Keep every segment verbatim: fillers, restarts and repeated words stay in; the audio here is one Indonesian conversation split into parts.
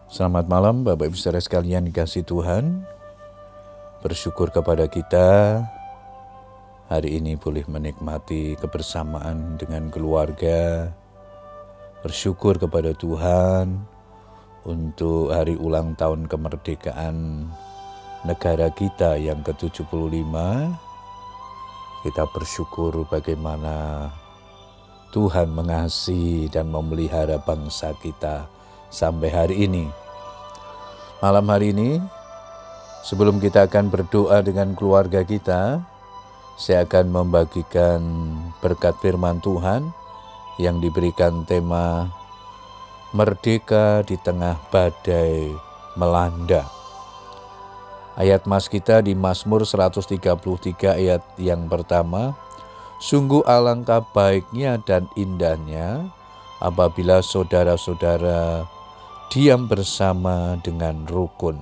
Selamat malam Bapak Ibu saudara sekalian dikasih Tuhan. Bersyukur kepada kita hari ini boleh menikmati kebersamaan dengan keluarga. Bersyukur kepada Tuhan untuk hari ulang tahun kemerdekaan negara kita yang ke tujuh puluh lima. Kita bersyukur bagaimana Tuhan mengasihi dan memelihara bangsa kita sampai hari ini. Malam hari ini, sebelum kita akan berdoa dengan keluarga kita, saya akan membagikan berkat firman Tuhan yang diberikan tema Merdeka di Tengah Badai Melanda. Ayat mas kita di Mazmur seratus tiga puluh tiga ayat yang pertama, sungguh alangkah baiknya dan indahnya apabila saudara-saudara diam bersama dengan rukun.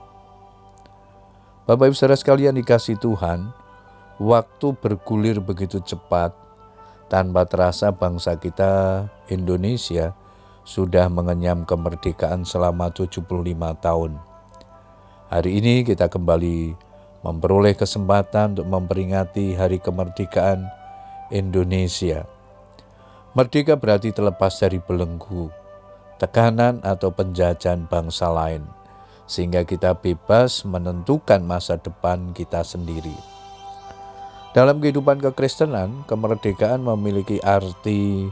Bapak Ibu saudara sekalian dikasih Tuhan, waktu bergulir begitu cepat, tanpa terasa bangsa kita Indonesia sudah mengenyam kemerdekaan selama tujuh puluh lima tahun. Hari ini kita kembali memperoleh kesempatan untuk memperingati Hari Kemerdekaan Indonesia. Merdeka berarti terlepas dari belenggu, tekanan atau penjajahan bangsa lain, sehingga kita bebas menentukan masa depan kita sendiri. Dalam kehidupan kekristenan, kemerdekaan memiliki arti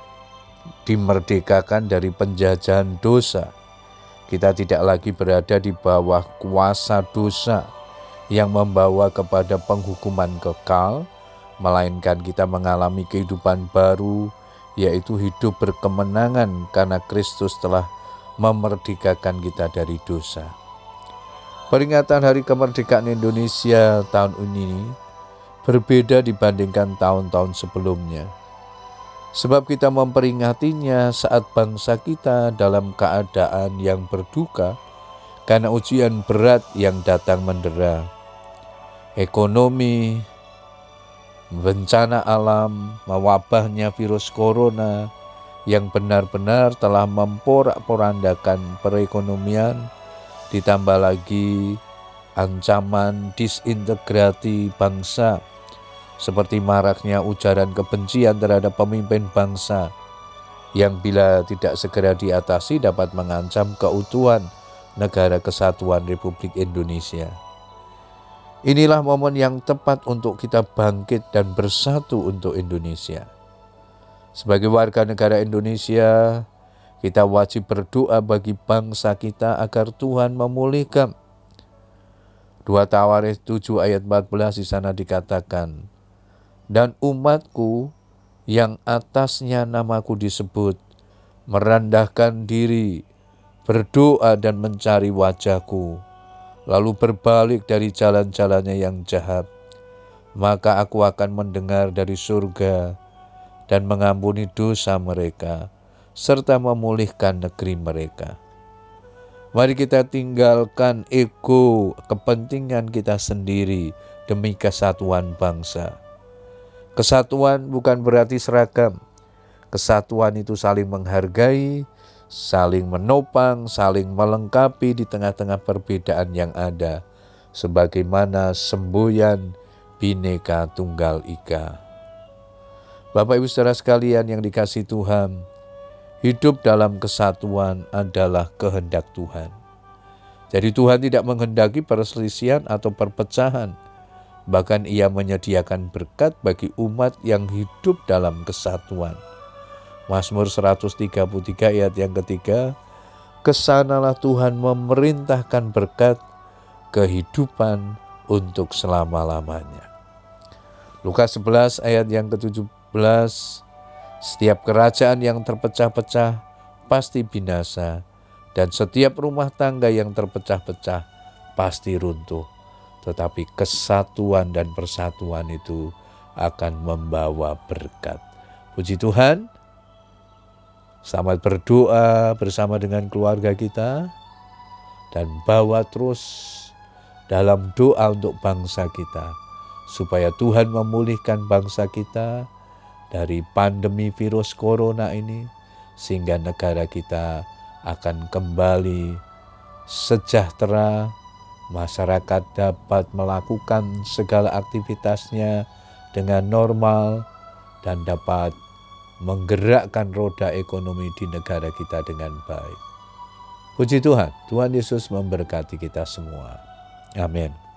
dimerdekakan dari penjajahan dosa. Kita tidak lagi berada di bawah kuasa dosa yang membawa kepada penghukuman kekal, melainkan kita mengalami kehidupan baru, yaitu hidup berkemenangan karena Kristus telah memerdekakan kita dari dosa. Peringatan Hari Kemerdekaan Indonesia tahun ini berbeda dibandingkan tahun-tahun sebelumnya. Sebab kita memperingatinya saat bangsa kita dalam keadaan yang berduka karena ujian berat yang datang mendera. Ekonomi, bencana alam, mewabahnya virus corona yang benar-benar telah memporak-porandakan perekonomian, ditambah lagi ancaman disintegrasi bangsa, seperti maraknya ujaran kebencian terhadap pemimpin bangsa, yang bila tidak segera diatasi dapat mengancam keutuhan negara kesatuan Republik Indonesia. Inilah momen yang tepat untuk kita bangkit dan bersatu untuk Indonesia. Sebagai warga negara Indonesia, kita wajib berdoa bagi bangsa kita agar Tuhan memulihkan. dua Tawarikh tujuh ayat empat belas di sana dikatakan, dan umatku yang atasnya namaku disebut, merendahkan diri, berdoa dan mencari wajahku, lalu berbalik dari jalan-jalannya yang jahat, maka aku akan mendengar dari surga dan mengampuni dosa mereka, serta memulihkan negeri mereka. Mari kita tinggalkan ego, kepentingan kita sendiri demi kesatuan bangsa. Kesatuan bukan berarti seragam. Kesatuan itu saling menghargai, saling menopang, saling melengkapi di tengah-tengah perbedaan yang ada, sebagaimana semboyan Bhinneka Tunggal Ika. Bapak Ibu saudara sekalian yang dikasihi Tuhan, hidup dalam kesatuan adalah kehendak Tuhan. Jadi Tuhan tidak menghendaki perselisihan atau perpecahan, bahkan Ia menyediakan berkat bagi umat yang hidup dalam kesatuan. Mazmur seratus tiga puluh tiga ayat yang ketiga, kesanalah Tuhan memerintahkan berkat kehidupan untuk selama-lamanya. Lukas sebelas ayat yang ketujuh belas, setiap kerajaan yang terpecah-pecah pasti binasa, dan setiap rumah tangga yang terpecah-pecah pasti runtuh. Tetapi kesatuan dan persatuan itu akan membawa berkat. Puji Tuhan, selamat berdoa bersama dengan keluarga kita, dan bawa terus dalam doa untuk bangsa kita, supaya Tuhan memulihkan bangsa kita dari pandemi virus corona ini, sehingga negara kita akan kembali sejahtera, masyarakat dapat melakukan segala aktivitasnya dengan normal dan dapat menggerakkan roda ekonomi di negara kita dengan baik. Puji Tuhan, Tuhan Yesus memberkati kita semua. Amin.